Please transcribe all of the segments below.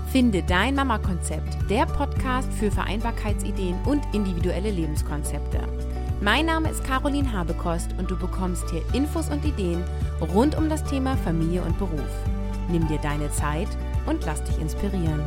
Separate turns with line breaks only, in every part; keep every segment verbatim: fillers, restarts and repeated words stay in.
Finde dein Mama-Konzept, der Podcast für Vereinbarkeitsideen und individuelle Lebenskonzepte. Mein Name ist Caroline Habekost und du bekommst hier Infos und Ideen rund um das Thema Familie und Beruf. Nimm dir deine Zeit und lass dich inspirieren.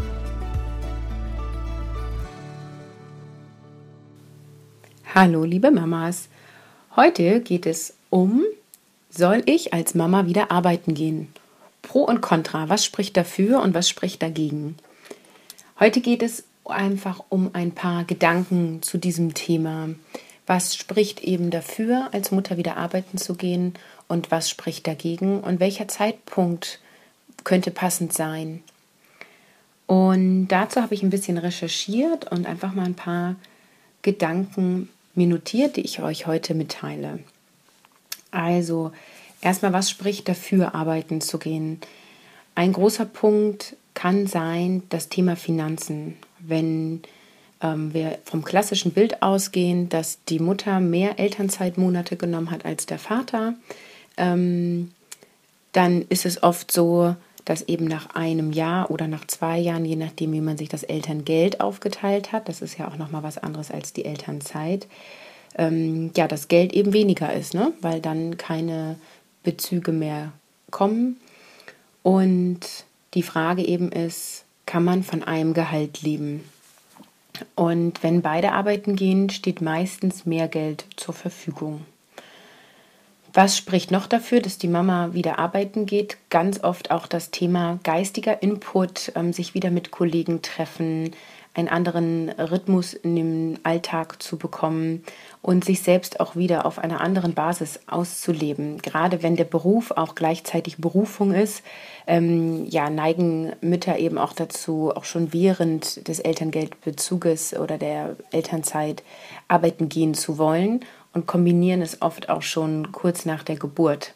Hallo liebe Mamas, heute geht es um, soll ich als Mama wieder arbeiten gehen? Pro und Contra, was spricht dafür und was spricht dagegen? Heute geht es einfach um ein paar Gedanken zu diesem Thema. Was spricht eben dafür, als Mutter wieder arbeiten zu gehen und was spricht dagegen und welcher Zeitpunkt könnte passend sein? Und dazu habe ich ein bisschen recherchiert und einfach mal ein paar Gedanken mir notiert, die ich euch heute mitteile. Also, erstmal, was spricht dafür, arbeiten zu gehen? Ein großer Punkt kann sein, das Thema Finanzen. Wenn ähm, wir vom klassischen Bild ausgehen, dass die Mutter mehr Elternzeitmonate genommen hat als der Vater, ähm, dann ist es oft so, dass eben nach einem Jahr oder nach zwei Jahren, je nachdem, wie man sich das Elterngeld aufgeteilt hat, das ist ja auch nochmal was anderes als die Elternzeit, ähm, ja, das Geld eben weniger ist, ne? Weil dann keine Bezüge mehr kommen. Und die Frage eben ist, kann man von einem Gehalt leben? Und wenn beide arbeiten gehen, steht meistens mehr Geld zur Verfügung. Was spricht noch dafür, dass die Mama wieder arbeiten geht? Ganz oft auch das Thema geistiger Input, ähm, sich wieder mit Kollegen treffen, einen anderen Rhythmus in dem Alltag zu bekommen und sich selbst auch wieder auf einer anderen Basis auszuleben. Gerade wenn der Beruf auch gleichzeitig Berufung ist, ähm, ja, neigen Mütter eben auch dazu, auch schon während des Elterngeldbezuges oder der Elternzeit arbeiten gehen zu wollen und kombinieren es oft auch schon kurz nach der Geburt.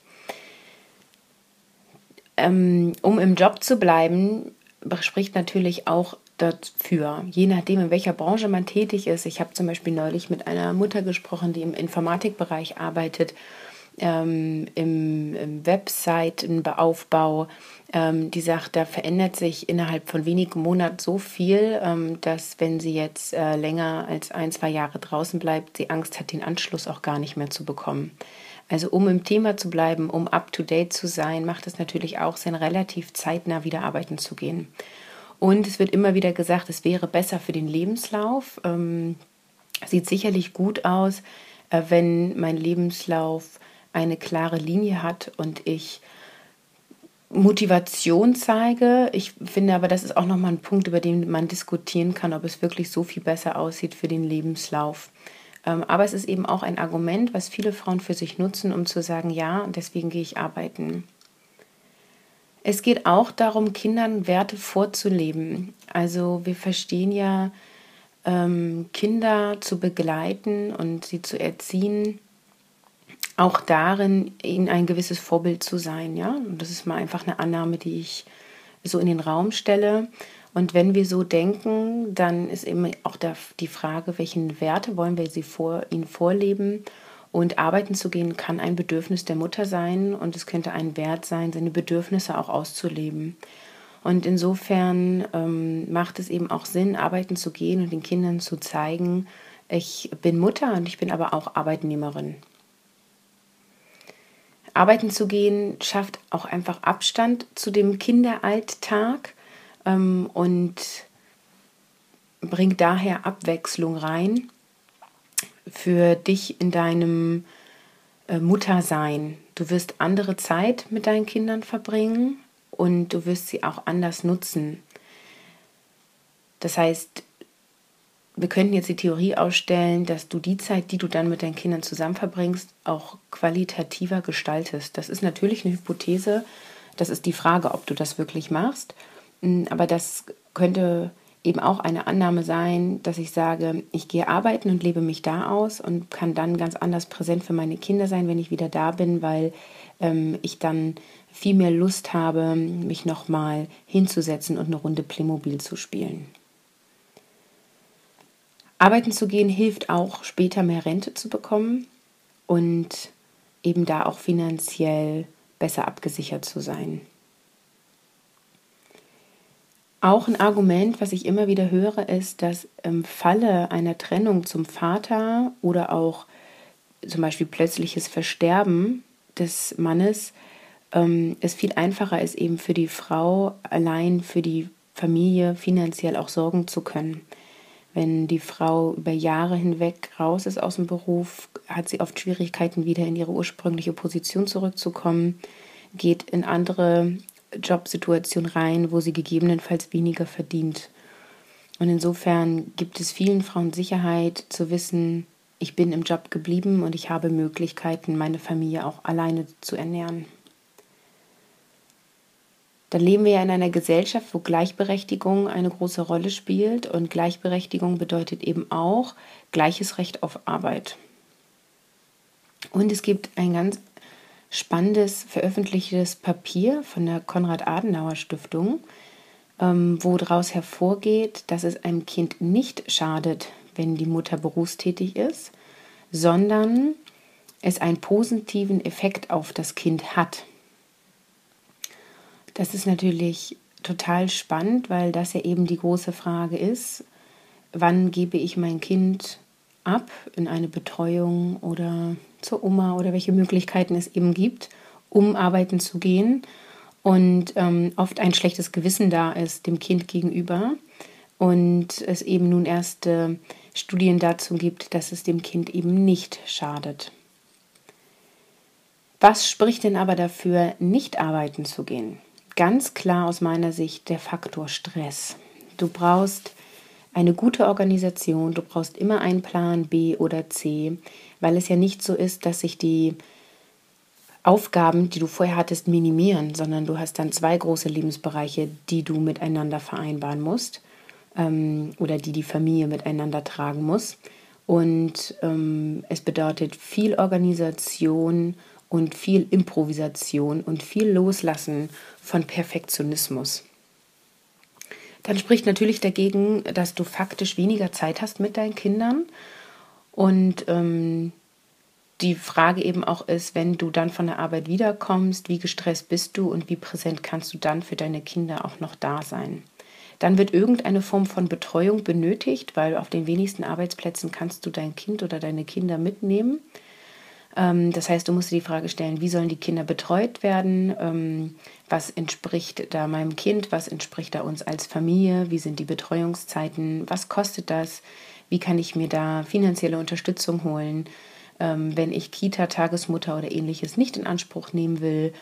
Ähm, um im Job zu bleiben, spricht natürlich auch dafür, je nachdem, in welcher Branche man tätig ist. Ich habe zum Beispiel neulich mit einer Mutter gesprochen, die im Informatikbereich arbeitet, ähm, im, im Webseitenaufbau. Ähm, die sagt, da verändert sich innerhalb von wenigen Monaten so viel, ähm, dass wenn sie jetzt äh, länger als ein, zwei Jahre draußen bleibt, sie Angst hat, den Anschluss auch gar nicht mehr zu bekommen. Also um im Thema zu bleiben, um up-to-date zu sein, macht es natürlich auch Sinn, relativ zeitnah wieder arbeiten zu gehen. Und es wird immer wieder gesagt, es wäre besser für den Lebenslauf. Ähm, sieht sicherlich gut aus, äh, wenn mein Lebenslauf eine klare Linie hat und ich Motivation zeige. Ich finde aber, das ist auch nochmal ein Punkt, über den man diskutieren kann, ob es wirklich so viel besser aussieht für den Lebenslauf. Ähm, aber es ist eben auch ein Argument, was viele Frauen für sich nutzen, um zu sagen, ja, deswegen gehe ich arbeiten. Es geht auch darum, Kindern Werte vorzuleben. Also wir verstehen ja, ähm, Kinder zu begleiten und sie zu erziehen, auch darin, ihnen ein gewisses Vorbild zu sein. Ja? Und das ist mal einfach eine Annahme, die ich so in den Raum stelle. Und wenn wir so denken, dann ist eben auch der, die Frage, welchen Werte wollen wir sie vor, ihnen vorleben. Und arbeiten zu gehen kann ein Bedürfnis der Mutter sein und es könnte ein Wert sein, seine Bedürfnisse auch auszuleben. Und insofern ähm, macht es eben auch Sinn, arbeiten zu gehen und den Kindern zu zeigen, ich bin Mutter und ich bin aber auch Arbeitnehmerin. Arbeiten zu gehen schafft auch einfach Abstand zu dem Kinderalltag ähm, und bringt daher Abwechslung rein für dich in deinem äh, Muttersein. Du wirst andere Zeit mit deinen Kindern verbringen und du wirst sie auch anders nutzen. Das heißt, wir könnten jetzt die Theorie aufstellen, dass du die Zeit, die du dann mit deinen Kindern zusammen verbringst, auch qualitativer gestaltest. Das ist natürlich eine Hypothese. Das ist die Frage, ob du das wirklich machst. Aber das könnte eben auch eine Annahme sein, dass ich sage, ich gehe arbeiten und lebe mich da aus und kann dann ganz anders präsent für meine Kinder sein, wenn ich wieder da bin, weil ähm, ich dann viel mehr Lust habe, mich nochmal hinzusetzen und eine Runde Playmobil zu spielen. Arbeiten zu gehen hilft auch, später mehr Rente zu bekommen und eben da auch finanziell besser abgesichert zu sein. Auch ein Argument, was ich immer wieder höre, ist, dass im Falle einer Trennung zum Vater oder auch zum Beispiel plötzliches Versterben des Mannes ähm, es viel einfacher ist, eben für die Frau allein für die Familie finanziell auch sorgen zu können. Wenn die Frau über Jahre hinweg raus ist aus dem Beruf, hat sie oft Schwierigkeiten, wieder in ihre ursprüngliche Position zurückzukommen, geht in andere Jobsituationen rein, wo sie gegebenenfalls weniger verdient. Und insofern gibt es vielen Frauen Sicherheit zu wissen, ich bin im Job geblieben und ich habe Möglichkeiten, meine Familie auch alleine zu ernähren. Dann leben wir ja in einer Gesellschaft, wo Gleichberechtigung eine große Rolle spielt. Und Gleichberechtigung bedeutet eben auch gleiches Recht auf Arbeit. Und es gibt ein ganz spannendes veröffentlichtes Papier von der Konrad-Adenauer-Stiftung, ähm, wo daraus hervorgeht, dass es einem Kind nicht schadet, wenn die Mutter berufstätig ist, sondern es einen positiven Effekt auf das Kind hat. Das ist natürlich total spannend, weil das ja eben die große Frage ist, wann gebe ich mein Kind ab in eine Betreuung oder zur Oma oder welche Möglichkeiten es eben gibt, um arbeiten zu gehen. Und ähm, oft ein schlechtes Gewissen da ist dem Kind gegenüber und es eben nun erste Studien dazu gibt, dass es dem Kind eben nicht schadet. Was spricht denn aber dafür, nicht arbeiten zu gehen? Ganz klar aus meiner Sicht der Faktor Stress. Du brauchst eine gute Organisation, du brauchst immer einen Plan B oder C, weil es ja nicht so ist, dass sich die Aufgaben, die du vorher hattest, minimieren, sondern du hast dann zwei große Lebensbereiche, die du miteinander vereinbaren musst ähm, oder die die Familie miteinander tragen muss. Und ähm, es bedeutet viel Organisation und viel Improvisation und viel Loslassen von Perfektionismus. Dann spricht natürlich dagegen, dass du faktisch weniger Zeit hast mit deinen Kindern und ähm, die Frage eben auch ist, wenn du dann von der Arbeit wiederkommst, wie gestresst bist du und wie präsent kannst du dann für deine Kinder auch noch da sein. Dann wird irgendeine Form von Betreuung benötigt, weil auf den wenigsten Arbeitsplätzen kannst du dein Kind oder deine Kinder mitnehmen. Das heißt, du musst dir die Frage stellen, wie sollen die Kinder betreut werden? Was entspricht da meinem Kind? Was entspricht da uns als Familie? Wie sind die Betreuungszeiten? Was kostet das? Wie kann ich mir da finanzielle Unterstützung holen, wenn ich Kita, Tagesmutter oder ähnliches nicht in Anspruch nehmen will?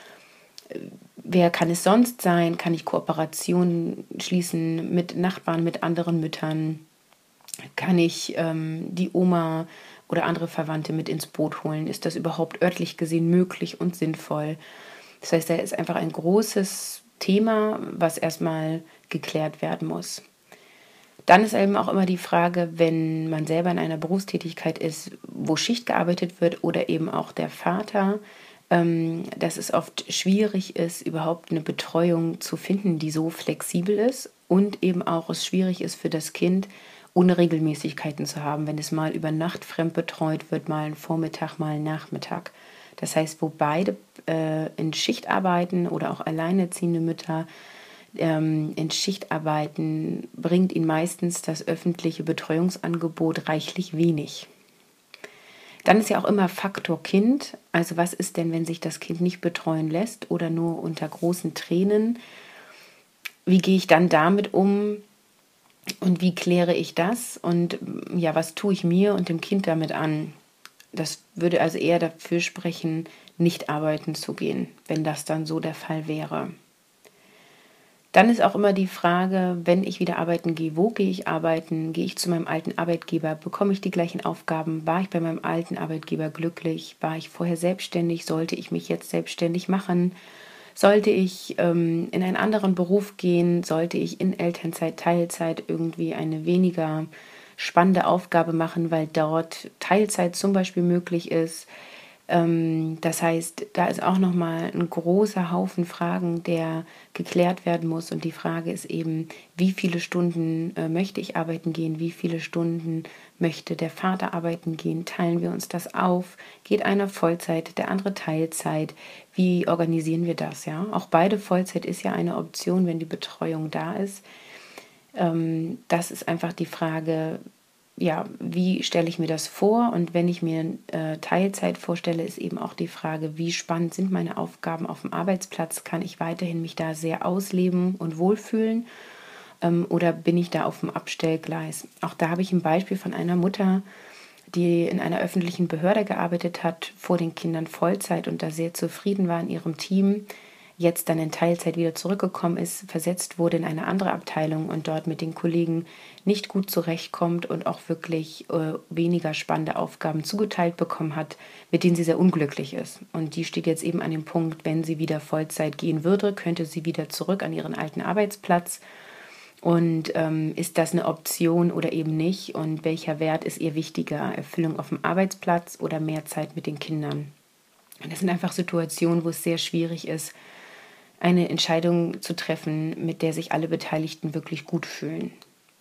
Wer kann es sonst sein? Kann ich Kooperationen schließen mit Nachbarn, mit anderen Müttern? Kann ich ähm, die Oma oder andere Verwandte mit ins Boot holen? Ist das überhaupt örtlich gesehen möglich und sinnvoll? Das heißt, da ist einfach ein großes Thema, was erstmal geklärt werden muss. Dann ist eben auch immer die Frage, wenn man selber in einer Berufstätigkeit ist, wo Schicht gearbeitet wird oder eben auch der Vater, ähm, dass es oft schwierig ist, überhaupt eine Betreuung zu finden, die so flexibel ist und eben auch es schwierig ist für das Kind, Unregelmäßigkeiten zu haben, wenn es mal über Nacht fremd betreut wird, mal einen Vormittag, mal einen Nachmittag. Das heißt, wo beide äh, in Schicht arbeiten oder auch alleinerziehende Mütter ähm, in Schicht arbeiten, bringt ihnen meistens das öffentliche Betreuungsangebot reichlich wenig. Dann ist ja auch immer Faktor Kind. Also was ist denn, wenn sich das Kind nicht betreuen lässt oder nur unter großen Tränen? Wie gehe ich dann damit um? Und wie kläre ich das? Und ja, was tue ich mir und dem Kind damit an? Das würde also eher dafür sprechen, nicht arbeiten zu gehen, wenn das dann so der Fall wäre. Dann ist auch immer die Frage, wenn ich wieder arbeiten gehe, wo gehe ich arbeiten? Gehe ich zu meinem alten Arbeitgeber? Bekomme ich die gleichen Aufgaben? War ich bei meinem alten Arbeitgeber glücklich? War ich vorher selbstständig? Sollte ich mich jetzt selbstständig machen? Sollte ich ähm, in einen anderen Beruf gehen? Sollte ich in Elternzeit, Teilzeit irgendwie eine weniger spannende Aufgabe machen, weil dort Teilzeit zum Beispiel möglich ist? Ähm, das heißt, da ist auch nochmal ein großer Haufen Fragen, der geklärt werden muss. Und die Frage ist eben, wie viele Stunden äh, möchte ich arbeiten gehen? Wie viele Stunden möchte der Vater arbeiten gehen? Teilen wir uns das auf? Geht einer Vollzeit, der andere Teilzeit? Wie organisieren wir das? Ja, auch beide Vollzeit ist ja eine Option, wenn die Betreuung da ist. Ähm, das ist einfach die Frage, ja, wie stelle ich mir das vor? Und wenn ich mir äh, Teilzeit vorstelle, ist eben auch die Frage, wie spannend sind meine Aufgaben auf dem Arbeitsplatz? Kann ich weiterhin mich da sehr ausleben und wohlfühlen? Ähm, oder bin ich da auf dem Abstellgleis? Auch da habe ich ein Beispiel von einer Mutter, die in einer öffentlichen Behörde gearbeitet hat, vor den Kindern Vollzeit und da sehr zufrieden war in ihrem Team, jetzt dann in Teilzeit wieder zurückgekommen ist, versetzt wurde in eine andere Abteilung und dort mit den Kollegen nicht gut zurechtkommt und auch wirklich äh, weniger spannende Aufgaben zugeteilt bekommen hat, mit denen sie sehr unglücklich ist. Und die steht jetzt eben an dem Punkt, wenn sie wieder Vollzeit gehen würde, könnte sie wieder zurück an ihren alten Arbeitsplatz. Und ähm, ist das eine Option oder eben nicht? Und welcher Wert ist ihr wichtiger? Erfüllung auf dem Arbeitsplatz oder mehr Zeit mit den Kindern? Und das sind einfach Situationen, wo es sehr schwierig ist, eine Entscheidung zu treffen, mit der sich alle Beteiligten wirklich gut fühlen.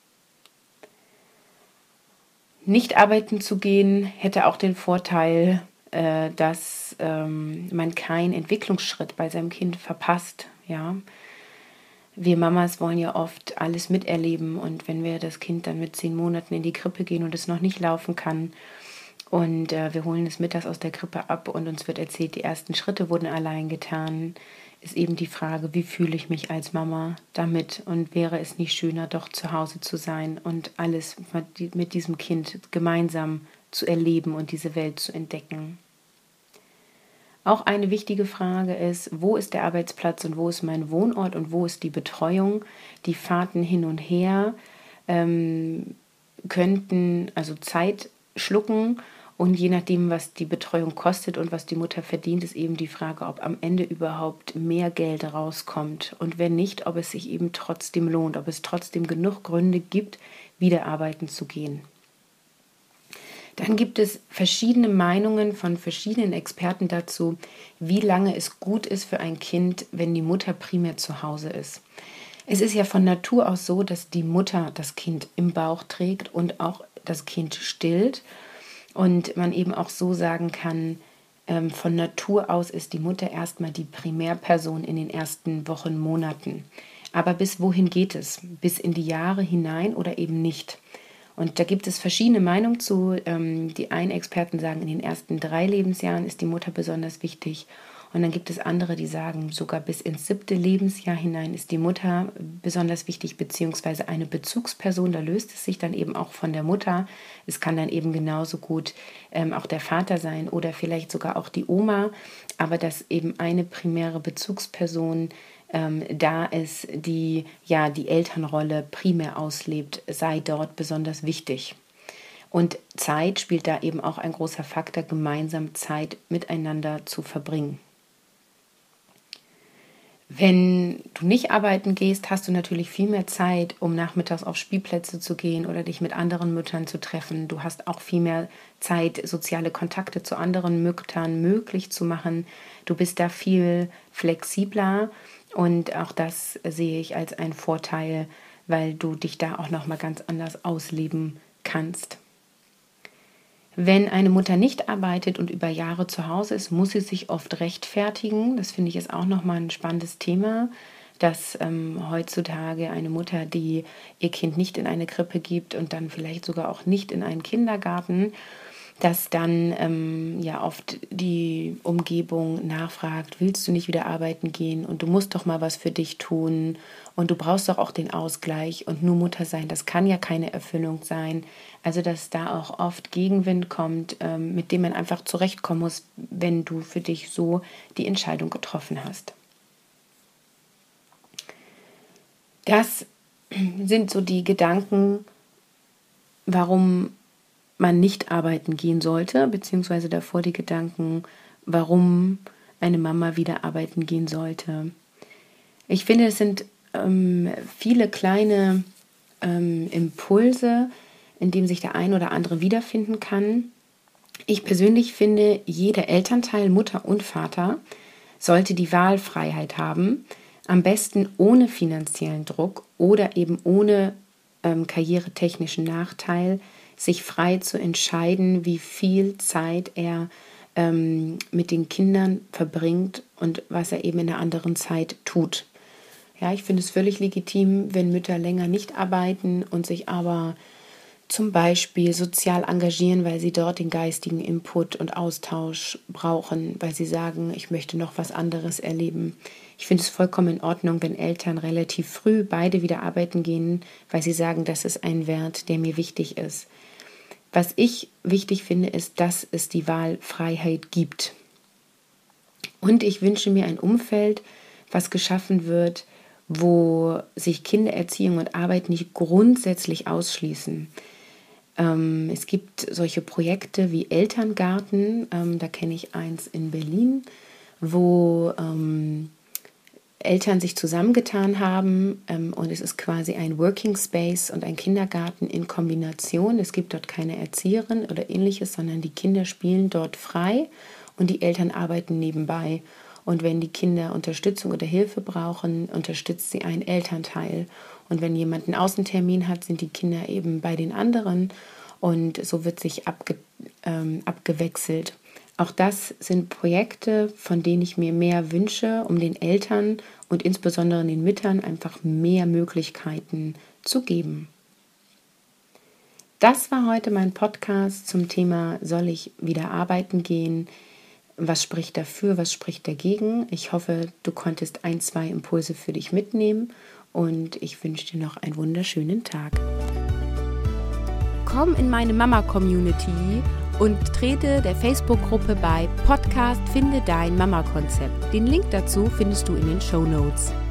Nicht arbeiten zu gehen hätte auch den Vorteil, äh, dass ähm, man keinen Entwicklungsschritt bei seinem Kind verpasst. Ja? Wir Mamas wollen ja oft alles miterleben und wenn wir das Kind dann mit zehn Monaten in die Krippe gehen und es noch nicht laufen kann und äh, wir holen es mittags aus der Krippe ab und uns wird erzählt, die ersten Schritte wurden allein getan, ist eben die Frage, wie fühle ich mich als Mama damit und wäre es nicht schöner, doch zu Hause zu sein und alles mit diesem Kind gemeinsam zu erleben und diese Welt zu entdecken. Auch eine wichtige Frage ist, wo ist der Arbeitsplatz und wo ist mein Wohnort und wo ist die Betreuung? Die Fahrten hin und her ähm, könnten also Zeit schlucken und je nachdem, was die Betreuung kostet und was die Mutter verdient, ist eben die Frage, ob am Ende überhaupt mehr Geld rauskommt und wenn nicht, ob es sich eben trotzdem lohnt, ob es trotzdem genug Gründe gibt, wieder arbeiten zu gehen. Dann gibt es verschiedene Meinungen von verschiedenen Experten dazu, wie lange es gut ist für ein Kind, wenn die Mutter primär zu Hause ist. Es ist ja von Natur aus so, dass die Mutter das Kind im Bauch trägt und auch das Kind stillt. Und man eben auch so sagen kann, ähm, von Natur aus ist die Mutter erstmal die Primärperson in den ersten Wochen, Monaten. Aber bis wohin geht es? Bis in die Jahre hinein oder eben nicht? Und da gibt es verschiedene Meinungen zu. Ähm, die einen Experten sagen, in den ersten drei Lebensjahren ist die Mutter besonders wichtig. Und dann gibt es andere, die sagen, sogar bis ins siebte Lebensjahr hinein ist die Mutter besonders wichtig, beziehungsweise eine Bezugsperson. Da löst es sich dann eben auch von der Mutter. Es kann dann eben genauso gut ähm, auch der Vater sein oder vielleicht sogar auch die Oma. Aber dass eben eine primäre Bezugsperson ähm, da ist, die ja die Elternrolle primär auslebt, sei dort besonders wichtig. Und Zeit spielt da eben auch ein großer Faktor, gemeinsam Zeit miteinander zu verbringen. Wenn du nicht arbeiten gehst, hast du natürlich viel mehr Zeit, um nachmittags auf Spielplätze zu gehen oder dich mit anderen Müttern zu treffen. Du hast auch viel mehr Zeit, soziale Kontakte zu anderen Müttern möglich zu machen. Du bist da viel flexibler und auch das sehe ich als einen Vorteil, weil du dich da auch nochmal ganz anders ausleben kannst. Wenn eine Mutter nicht arbeitet und über Jahre zu Hause ist, muss sie sich oft rechtfertigen. Das finde ich ist auch nochmal ein spannendes Thema, dass ähm, heutzutage eine Mutter, die ihr Kind nicht in eine Krippe gibt und dann vielleicht sogar auch nicht in einen Kindergarten, dass dann ähm, ja oft die Umgebung nachfragt, willst du nicht wieder arbeiten gehen und du musst doch mal was für dich tun und du brauchst doch auch den Ausgleich und nur Mutter sein, das kann ja keine Erfüllung sein. Also dass da auch oft Gegenwind kommt, ähm, mit dem man einfach zurechtkommen muss, wenn du für dich so die Entscheidung getroffen hast. Das sind so die Gedanken, warum man nicht arbeiten gehen sollte, beziehungsweise davor die Gedanken, warum eine Mama wieder arbeiten gehen sollte. Ich finde, es sind ähm, viele kleine ähm, Impulse, in denen sich der ein oder andere wiederfinden kann. Ich persönlich finde, jeder Elternteil, Mutter und Vater, sollte die Wahlfreiheit haben, am besten ohne finanziellen Druck oder eben ohne ähm, karrieretechnischen Nachteil, sich frei zu entscheiden, wie viel Zeit er ähm, mit den Kindern verbringt und was er eben in der anderen Zeit tut. Ja, ich finde es völlig legitim, wenn Mütter länger nicht arbeiten und sich aber zum Beispiel sozial engagieren, weil sie dort den geistigen Input und Austausch brauchen, weil sie sagen, ich möchte noch was anderes erleben. Ich finde es vollkommen in Ordnung, wenn Eltern relativ früh beide wieder arbeiten gehen, weil sie sagen, das ist ein Wert, der mir wichtig ist. Was ich wichtig finde, ist, dass es die Wahlfreiheit gibt. Und ich wünsche mir ein Umfeld, was geschaffen wird, wo sich Kindererziehung und Arbeit nicht grundsätzlich ausschließen. Ähm, es gibt solche Projekte wie Elterngarten, ähm, da kenne ich eins in Berlin, wo ähm, Eltern sich zusammengetan haben ähm, und es ist quasi ein Working Space und ein Kindergarten in Kombination. Es gibt dort keine Erzieherin oder ähnliches, sondern die Kinder spielen dort frei und die Eltern arbeiten nebenbei. Und wenn die Kinder Unterstützung oder Hilfe brauchen, unterstützt sie ein Elternteil. Und wenn jemand einen Außentermin hat, sind die Kinder eben bei den anderen und so wird sich abge, ähm, abgewechselt. Auch das sind Projekte, von denen ich mir mehr wünsche, um den Eltern und insbesondere den Müttern einfach mehr Möglichkeiten zu geben. Das war heute mein Podcast zum Thema, soll ich wieder arbeiten gehen? Was spricht dafür, was spricht dagegen? Ich hoffe, du konntest ein, zwei Impulse für dich mitnehmen und ich wünsche dir noch einen wunderschönen Tag. Komm in meine Mama-Community und trete der Facebook-Gruppe bei Podcast Finde dein Mama-Konzept. Den Link dazu findest du in den Shownotes.